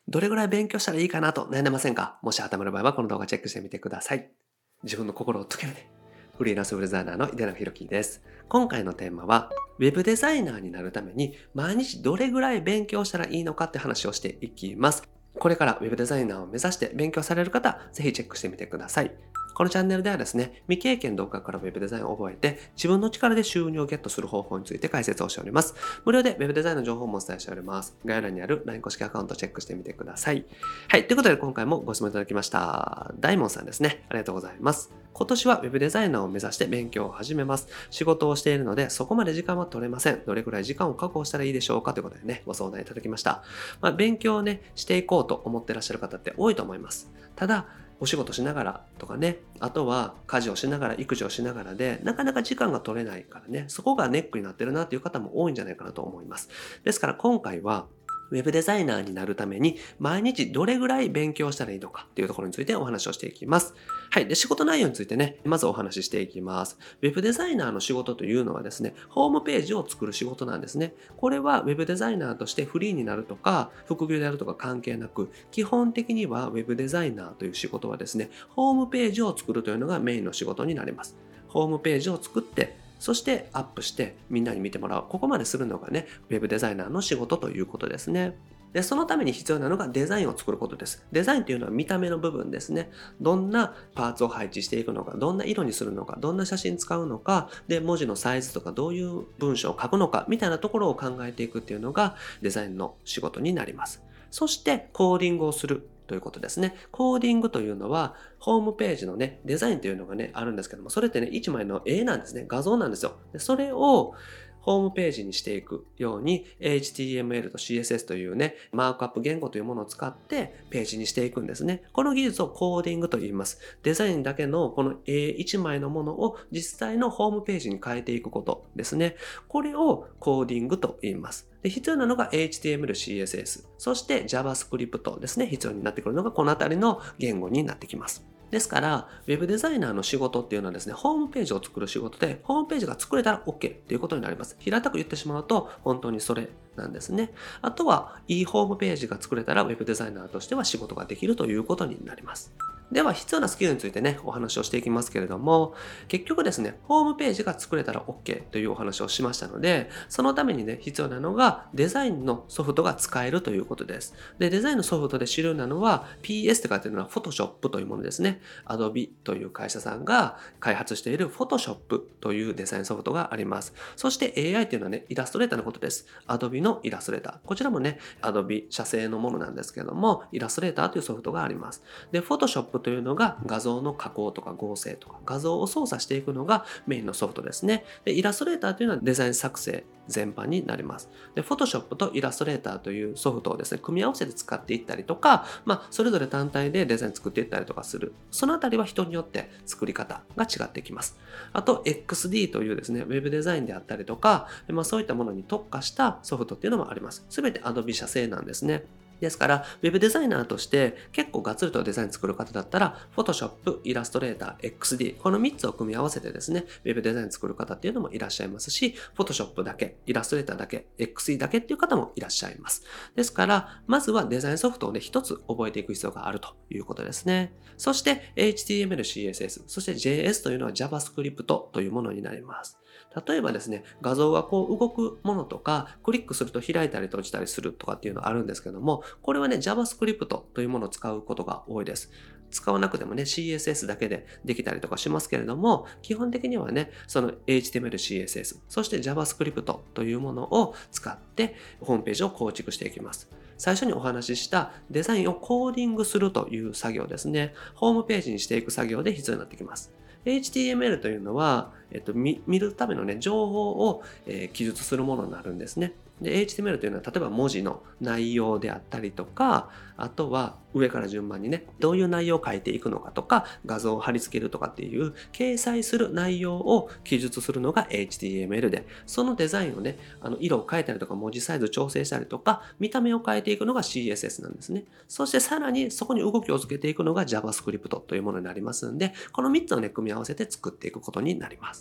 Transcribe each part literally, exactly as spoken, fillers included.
どれぐらい勉強したらいいかなと悩んでませんか？もし頭の場合はこの動画チェックしてみてください。自分の心を解けるね。フリーランスウェブデザイナーの井出永弘樹です。今回のテーマは、ウェブデザイナーになるために毎日どれぐらい勉強したらいいのかって話をしていきます。これからウェブデザイナーを目指して勉強される方、ぜひチェックしてみてください。このチャンネルではですね、未経験動画からウェブデザインを覚えて、自分の力で収入をゲットする方法について解説をしております。無料でウェブデザインの情報もお伝えしております。概要欄にある ライン 公式アカウントをチェックしてみてください。はい、ということで今回もご質問いただきました。大門さんですね。ありがとうございます。今年はウェブデザイナーを目指して勉強を始めます。仕事をしているので、そこまで時間は取れません。どれくらい時間を確保したらいいでしょうかということでね、ご相談いただきました。まあ、勉強をね、していこうと思ってらっしゃる方って多いと思います。ただ、お仕事しながらとかね、あとは家事をしながら、育児をしながらで、なかなか時間が取れないからね、そこがネックになってるなという方も多いんじゃないかなと思います。ですから今回は、ウェブデザイナーになるために毎日どれぐらい勉強したらいいのかっていうところについてお話をしていきます。はい。で、仕事内容についてね、まずお話ししていきます。ウェブデザイナーの仕事というのはですね、ホームページを作る仕事なんですね。これはウェブデザイナーとしてフリーになるとか、副業であるとか関係なく、基本的にはウェブデザイナーという仕事はですね、ホームページを作るというのがメインの仕事になります。ホームページを作って、そしてアップしてみんなに見てもらう。ここまでするのがね、ウェブデザイナーの仕事ということですね。で、そのために必要なのがデザインを作ることです。デザインというのは見た目の部分ですね。どんなパーツを配置していくのか、どんな色にするのか、どんな写真使うのか、で、文字のサイズとかどういう文章を書くのか、みたいなところを考えていくっていうのがデザインの仕事になります。そしてコーディングをする。ということですね。コーディングというのは、ホームページのね、デザインというのがね、あるんですけども、それってね、一枚の絵なんですね。画像なんですよ。でそれを、ホームページにしていくように エイチティーエムエル と シーエスエス というね、マークアップ言語というものを使ってページにしていくんですね。この技術をコーディングと言います。デザインだけのこの絵一枚のものを実際のホームページに変えていくことですね。これをコーディングと言います。で必要なのが エイチティーエムエル、シーエスエス、そして JavaScript ですね。必要になってくるのがこのあたりの言語になってきます。ですから、ウェブデザイナーの仕事っていうのはですね、ホームページを作る仕事で、ホームページが作れたら OK っていうことになります。平たく言ってしまうと、本当にそれなんですね。あとは、いいホームページが作れたら、ウェブデザイナーとしては仕事ができるということになります。では、必要なスキルについてね、お話をしていきますけれども、結局ですね、ホームページが作れたら OK というお話をしましたので、そのためにね、必要なのがデザインのソフトが使えるということです。で、デザインのソフトで主流なのは ピーエス って書いてあるのは Photoshop というものですね。Adobe という会社さんが開発している Photoshop というデザインソフトがあります。そして エーアイ というのはね、イラストレーターのことです。Adobe のイラストレーター。こちらもね、Adobe 社製のものなんですけども、イラストレーターというソフトがあります。で、Photoshop というのが画像の加工とか合成とか画像を操作していくのがメインのソフトですね。で、イラストレーターというのはデザイン作成全般になります。で、Photoshop とイラストレーターというソフトをですね、組み合わせて使っていったりとか、まあ、それぞれ単体でデザイン作っていったりとかする。そのあたりは人によって作り方が違ってきます。あと、エックスディー というですね、ウェブデザインであったりとか、まあ、そういったものに特化したソフトっていうのもあります。すべて Adobe 社製なんですね。ですから、ウェブデザイナーとして結構ガッツリとデザイン作る方だったら、Photoshop、イラストレーター、エックスディー、このみっつを組み合わせてですね、ウェブデザイン作る方っていうのもいらっしゃいますし、Photoshop だけ、イラストレーターだけ、エックスディー だけっていう方もいらっしゃいます。ですから、まずはデザインソフトをね、一つ覚えていく必要があるということですね。そして、エイチティーエムエル、シーエスエス、そして ジェイエス というのは JavaScript というものになります。例えばですね、画像がこう動くものとか、クリックすると開いたり閉じたりするとかっていうのがあるんですけども、これはね、JavaScript というものを使うことが多いです。使わなくてもね、シーエスエス だけでできたりとかしますけれども、基本的にはね、その エイチティーエムエル、シーエスエス、そして JavaScript というものを使ってホームページを構築していきます。最初にお話ししたデザインをコーディングするという作業ですね。ホームページにしていく作業で必要になってきます。エイチティーエムエル というのは、えっと、見、見るためのね、情報を、えー記述するものになるんですね。で、エイチティーエムエル というのは、例えば文字の内容であったりとか、あとは上から順番にね、どういう内容を書いていくのかとか、画像を貼り付けるとかっていう、掲載する内容を記述するのが エイチティーエムエル で、そのデザインをね、あの色を変えたりとか、文字サイズ調整したりとか、見た目を変えていくのが シーエスエス なんですね。そしてさらにそこに動きをつけていくのが JavaScript というものになりますんで、このみっつをね、組み合わせて作っていくことになります。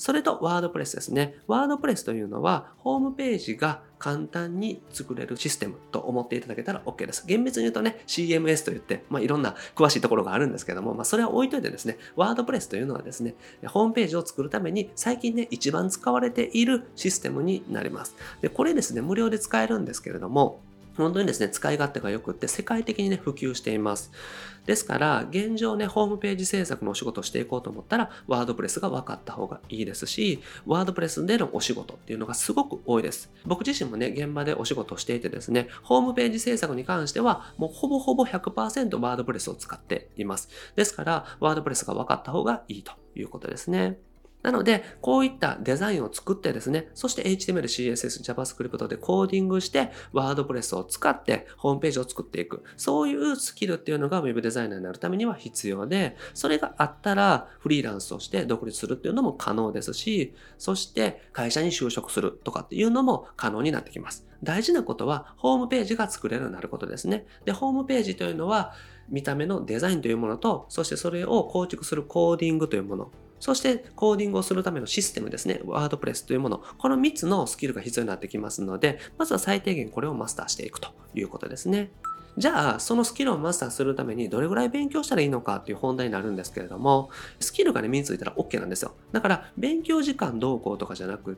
それとワードプレスですね。ワードプレスというのは、ホームページが簡単に作れるシステムと思っていただけたら OK です。厳密に言うとね、シーエムエス と言って、まあ、いろんな詳しいところがあるんですけども、まあ、それは置いといてですね、ワードプレスというのはですね、ホームページを作るために最近ね、一番使われているシステムになります。で、これですね、無料で使えるんですけれども、本当にですね、使い勝手が良くって世界的にね、普及しています。ですから、現状ね、ホームページ制作のお仕事をしていこうと思ったら、ワードプレスが分かった方がいいですし、ワードプレスでのお仕事っていうのがすごく多いです。僕自身もね、現場でお仕事をしていてですね、ホームページ制作に関しては、もうほぼほぼ ひゃくパーセント ワードプレスを使っています。ですから、ワードプレスが分かった方がいいということですね。なので、こういったデザインを作ってですね、そして エイチティーエムエル、シーエスエス、JavaScript でコーディングして、ワードプレスを使ってホームページを作っていく。そういうスキルっていうのが Web デザイナーになるためには必要で、それがあったらフリーランスとして独立するっていうのも可能ですし、そして会社に就職するとかっていうのも可能になってきます。大事なことは、ホームページが作れるようになることですね。で、ホームページというのは、見た目のデザインというものと、そしてそれを構築するコーディングというもの、そしてコーディングをするためのシステムですね、ワードプレスというもの、このみっつのスキルが必要になってきますので、まずは最低限これをマスターしていくということですね。じゃあ、そのスキルをマスターするためにどれぐらい勉強したらいいのかっていう本題になるんですけれども、スキルがね、身についたら OK なんですよ。だから、勉強時間どうこうとかじゃなくって、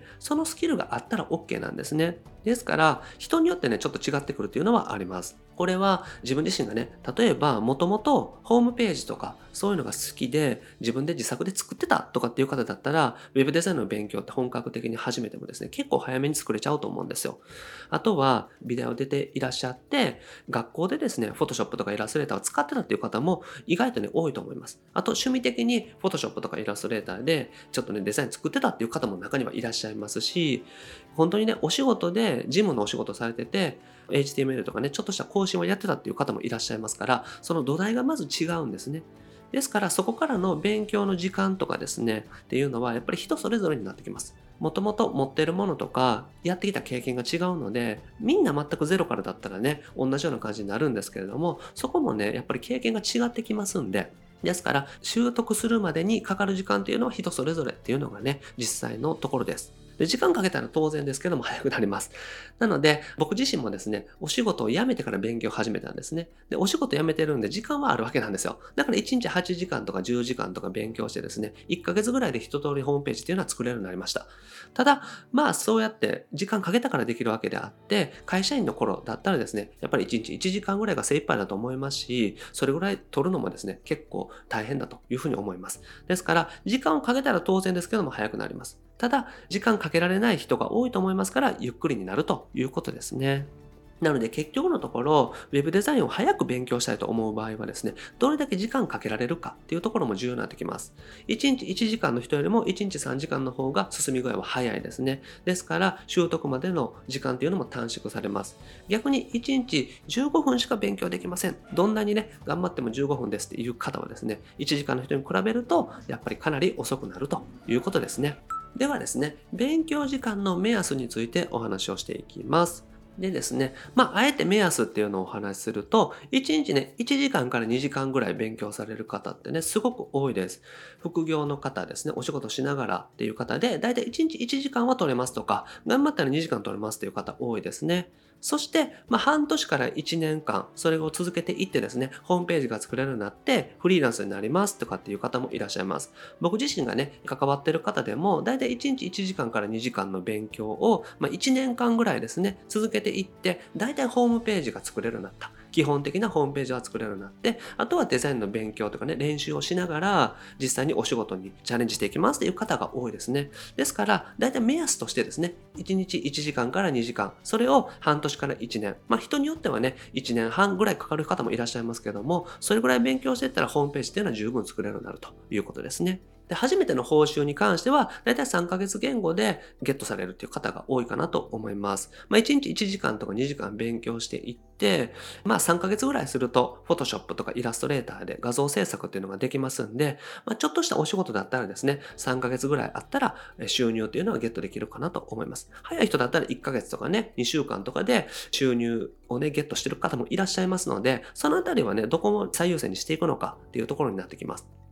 そのスキルがあったら OK なんですね。ですから、人によってね、ちょっと違ってくるっていうのはあります。これは自分自身がね、例えば、もともとホームページとか、そういうのが好きで、自分で自作で作ってたとかっていう方だったら、ウェブデザインの勉強って本格的に始めてもですね、結構早めに作れちゃうと思うんですよ。あとは、ビデオ出ていらっしゃって、学校でですね、Photoshop とかイラストレーターを使ってたっていう方も意外とね、多いと思います。あと、趣味的に Photoshop とかイラストレーターで、ちょっとね、デザイン作ってたっていう方も中にはいらっしゃいますし、本当にね、お仕事で、事務のお仕事されてて、エイチティーエムエル とかね、ちょっとした更新をやってたっていう方もいらっしゃいますから、その土台がまず違うんですね。ですから、そこからの勉強の時間とかですね、っていうのは、やっぱり人それぞれになってきます。もともと持ってるものとか、やってきた経験が違うので、みんな全くゼロからだったらね、同じような感じになるんですけれども、そこもね、やっぱり経験が違ってきますんで、ですから、習得するまでにかかる時間っていうのは人それぞれっていうのがね、実際のところです。で、時間かけたら当然ですけども早くなります。なので、僕自身もですね、お仕事を辞めてから勉強を始めたんですね。で、お仕事辞めてるんで時間はあるわけなんですよ。だからいちにちはちじかんとかじゅうじかんとか勉強してですね、いっかげつぐらいで一通りホームページっていうのは作れるようになりました。ただ、まあそうやって時間かけたからできるわけであって、会社員の頃だったらですね、やっぱりいちにちいちじかんぐらいが精一杯だと思いますし、それぐらい取るのもですね、結構大変だというふうに思います。ですから、時間をかけたら当然ですけども早くなります。ただ、時間かけられない人が多いと思いますから、ゆっくりになるということですね。なので結局のところ、ウェブデザインを早く勉強したいと思う場合はですね、どれだけ時間かけられるかっていうところも重要になってきます。いちにちいちじかんの人よりもいちにちさんじかんの方が進み具合は早いですね。ですから、習得までの時間っていうのも短縮されます。逆にいちにちじゅうごふんしか勉強できません。どんなにね、頑張ってもじゅうごふんですっていう方はですね、いちじかんの人に比べると、やっぱりかなり遅くなるということですね。ではですね、勉強時間の目安についてお話をしていきます。でですね、まあ、あえて目安っていうのをお話しすると、いちにちね、いちじかんからにじかんぐらい勉強される方ってね、すごく多いです。副業の方ですね、お仕事しながらっていう方で、だいたいいちにちいちじかんは取れますとか、頑張ったらにじかん取れますっていう方多いですね。そして、まあ、半年からいちねんかん、それを続けていってですね、ホームページが作れるようになって、フリーランスになりますとかっていう方もいらっしゃいます。僕自身がね、関わってる方でも、だいたいいちにちいちじかんからにじかんの勉強を、まあ、いちねんかんぐらいですね、続けていって、だいたいホームページが作れるようになった。基本的なホームページは作れるようになって、あとはデザインの勉強とかね、練習をしながら、実際にお仕事にチャレンジしていきますっていう方が多いですね。ですから、だいたい目安としてですね、いちにちいちじかんからにじかん、それを半年からいちねん、まあ人によってはね、いちねんはんぐらいかかる方もいらっしゃいますけども、それぐらい勉強していったらホームページっていうのは十分作れるようになるということですね。で、初めての報酬に関しては、だいたいさんかげつ言語でゲットされるっていう方が多いかなと思います。まあ、いちにちいちじかんとかにじかん勉強していって、まあ、さんかげつぐらいすると、Photoshop とかイラストレーターで画像制作っていうのができますんで、まあ、ちょっとしたお仕事だったらですね、さんかげつぐらいあったら収入っていうのはゲットできるかなと思います。早い人だったらいっかげつとかね、にしゅうかんとかで収入をね、ゲットしてる方もいらっしゃいますので、そのあたりはね、どこも最優先にしていくのかっていうところになってきます。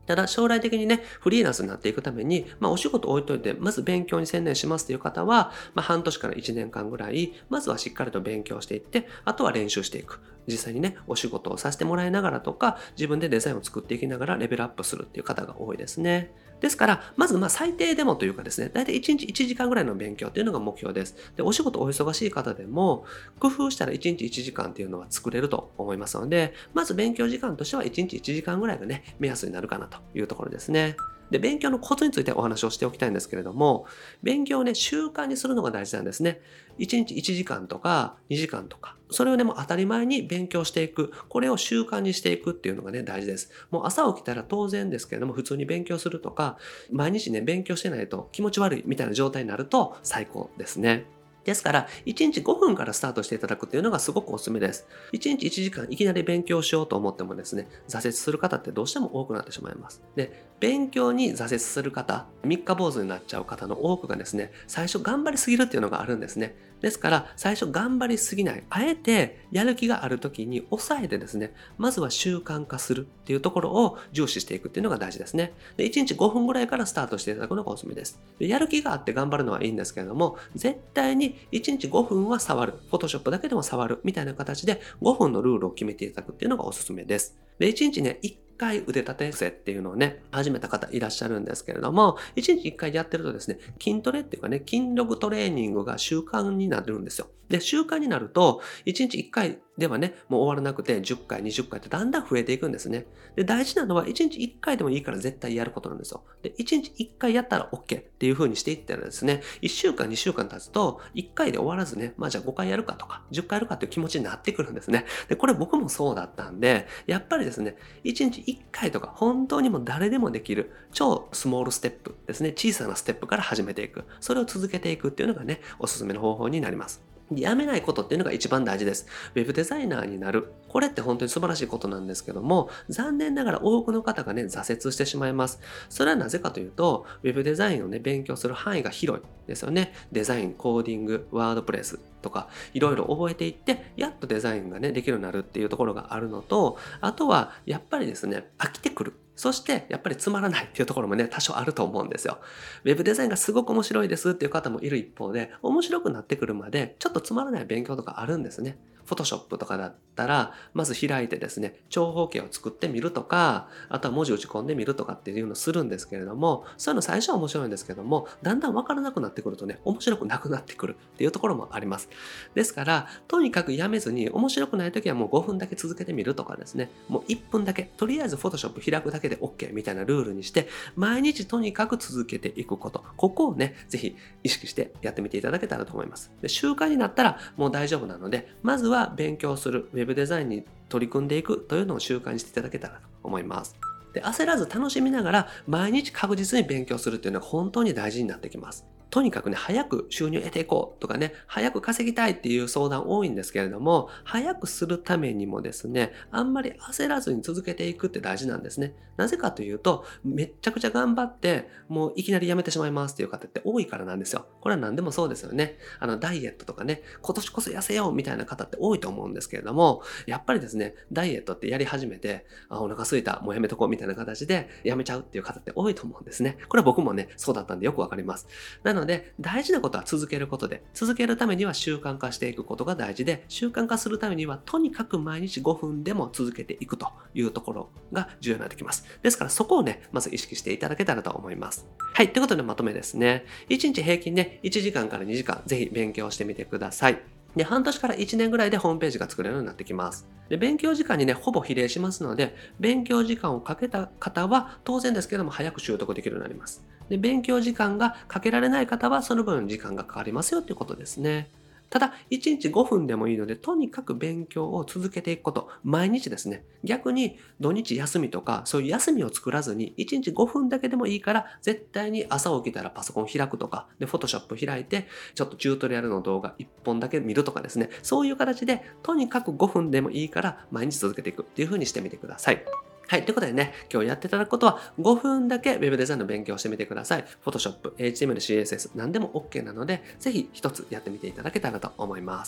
ただ将来的にね、フリーランスになっていくために、まあお仕事置いといて、まず勉強に専念しますという方は、まあ半年からいちねんかんぐらい、まずはしっかりと勉強していって、あとは練習していく。実際にね、お仕事をさせてもらいながらとか、自分でデザインを作っていきながらレベルアップするっていう方が多いですね。ですから、まずまあ最低でもというかですね、だいたいいちにちいちじかんぐらいの勉強っていうのが目標です。で、お仕事お忙しい方でも、工夫したらいちにちいちじかんっていうのは作れると思いますので、まず勉強時間としてはいちにちいちじかんぐらいがね、目安になるかなというところですね。で、勉強のコツについてお話をしておきたいんですけれども、勉強をね、習慣にするのが大事なんですね。いちにちいちじかんとかにじかんとか、それをね、もう当たり前に勉強していく。これを習慣にしていくっていうのがね、大事です。もう朝起きたら当然ですけれども、普通に勉強するとか、毎日ね、勉強してないと気持ち悪いみたいな状態になると最高ですね。ですから、いちにちごふんからスタートしていただくっていうのがすごくおすすめです。いちにちいちじかんいきなり勉強しようと思ってもですね、挫折する方ってどうしても多くなってしまいます。で、勉強に挫折する方、三日坊主になっちゃう方の多くがですね、最初頑張りすぎるっていうのがあるんですね。ですから、最初頑張りすぎない。あえてやる気がある時に抑えてですね、まずは習慣化するっていうところを重視していくっていうのが大事ですね。で、いちにちごふんぐらいからスタートしていただくのがおすすめです。で、やる気があって頑張るのはいいんですけれども、絶対にいちにちごふんは触る。Photoshop だけでも触るみたいな形でごふんのルールを決めていただくっていうのがおすすめです。で、いちにちね、いっかい腕立て伏せっていうのをね、始めた方いらっしゃるんですけれども、いちにちいっかいやってるとですね、筋トレっていうかね、筋力トレーニングが習慣になるんですよ。で、習慣になると、いちにちいっかいではね、もう終わらなくてじゅっかい、にじゅっかいってだんだん増えていくんですね。で、大事なのはいちにちいっかいでもいいから絶対やることなんですよ。で、いちにちいっかいやったら OK っていう風にしていったらですね、いっしゅうかん、にしゅうかん経つと、いっかいで終わらずね、まあじゃあごかいやるかとか、じゅっかいやるかっていう気持ちになってくるんですね。で、これ僕もそうだったんで、やっぱりですね、いちにちいっかいとか本当にもう誰でもできる超スモールステップですね、小さなステップから始めていく。それを続けていくっていうのがね、おすすめの方法になります。やめないことっていうのが一番大事です。ウェブデザイナーになる。これって本当に素晴らしいことなんですけども、残念ながら多くの方がね、挫折してしまいます。それはなぜかというと、ウェブデザインをね、勉強する範囲が広いですよね。デザイン、コーディング、ワードプレスとか、いろいろ覚えていって、やっとデザインがね、できるようになるっていうところがあるのと、あとは、やっぱりですね、飽きてくる。そして、やっぱりつまらないっていうところもね、多少あると思うんですよ。ウェブデザインがすごく面白いですっていう方もいる一方で、面白くなってくるまで、ちょっとつまらない勉強とかあるんですね。Photoshop とかだったら、まず開いてですね、長方形を作ってみるとか、あとは文字打ち込んでみるとかっていうのをするんですけれども、そういうの最初は面白いんですけども、だんだんわからなくなってくるとね、面白くなくなってくるっていうところもあります。ですから、とにかくやめずに、面白くない時はもうごふんだけ続けてみるとかですね、もういっぷんだけ、とりあえず Photoshop 開くだけで OK みたいなルールにして、毎日とにかく続けていくこと、ここをね、ぜひ意識してやってみていただけたらと思います。で、習慣になったらもう大丈夫なので、まずは勉強する、ウェブデザインに取り組んでいくというのを習慣にしていただけたらと思います。で、焦らず楽しみながら毎日確実に勉強するっていうのは本当に大事になってきます。とにかくね、早く収入を得ていこうとかね、早く稼ぎたいっていう相談多いんですけれども、早くするためにもですね、あんまり焦らずに続けていくって大事なんですね。なぜかというと、めっちゃくちゃ頑張って、もういきなりやめてしまいますっていう方って多いからなんですよ。これは何でもそうですよね。あの、ダイエットとかね、今年こそ痩せようみたいな方って多いと思うんですけれども、やっぱりですね、ダイエットってやり始めて、あ、お腹空いた、もうやめとこうみたいな形でやめちゃうっていう方って多いと思うんですね。これは僕もね、そうだったんでよくわかります。なので、大事なことは続けることで、続けるためには習慣化していくことが大事で、習慣化するためにはとにかく毎日ごふんでも続けていくというところが重要になってきます。ですからそこをね、まず意識していただけたらと思います。はい、ということでまとめですね。いちにち平均ね、いちじかんからにじかん、ぜひ勉強してみてください。で、半年からいちねんぐらいでホームページが作れるようになってきます。で、勉強時間にね、ほぼ比例しますので、勉強時間をかけた方は当然ですけども早く習得できるようになります。で、勉強時間がかけられない方はその分時間がかかりますよということですね。ただ、いちにちごふんでもいいので、とにかく勉強を続けていくこと。毎日ですね。逆に土日休みとか、そういう休みを作らずに、いちにちごふんだけでもいいから、絶対に朝起きたらパソコン開くとか、で、Photoshop 開いて、ちょっとチュートリアルの動画いっぽんだけ見るとかですね。そういう形で、とにかくごふんでもいいから、毎日続けていくっていう風にしてみてください。はい。ということでね、今日やっていただくことは、ごふんだけ Web デザインの勉強をしてみてください。Photoshop、エイチティーエムエル、シーエスエス、何でも OK なので、ぜひ一つやってみていただけたらと思います。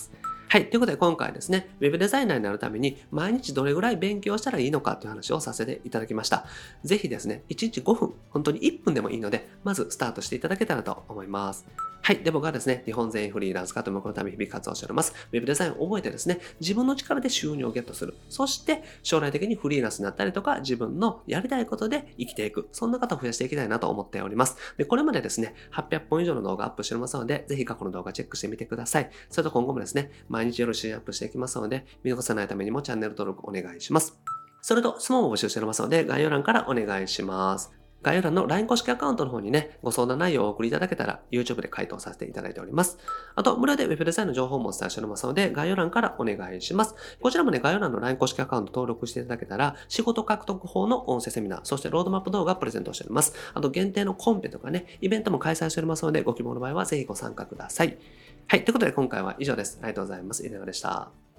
はい。ということで今回はですね、ウェブデザイナーになるために毎日どれぐらい勉強したらいいのかという話をさせていただきました。ぜひですね、いちにちごふん、本当にいっぷんでもいいので、まずスタートしていただけたらと思います。はい。で、僕はですね、日本全員フリーランス化と向こうのために日々活動しております。ウェブデザインを覚えてですね、自分の力で収入をゲットする。そして、将来的にフリーランスになったりとか、自分のやりたいことで生きていく。そんな方を増やしていきたいなと思っております。で、これまでですね、はっぴゃっぽん以上の動画アップしておりますので、ぜひ過去の動画チェックしてみてください。それと今後もですね、毎日よろしいアップしていきますので、見逃さないためにもチャンネル登録お願いします。それと、質問を募集しておりますので、概要欄からお願いします。概要欄の ライン 公式アカウントの方にね、ご相談内容をお送りいただけたら YouTube で回答させていただいております。あと、無料で Web デザインの情報もお伝えしておりますので、概要欄からお願いします。こちらもね、概要欄の ライン 公式アカウント登録していただけたら、仕事獲得法の音声セミナー、そしてロードマップ動画プレゼントしております。あと、限定のコンペとかね、イベントも開催しておりますので、ご希望の場合はぜひご参加ください。はい、ということで今回は以上です。ありがとうございます。井上でした。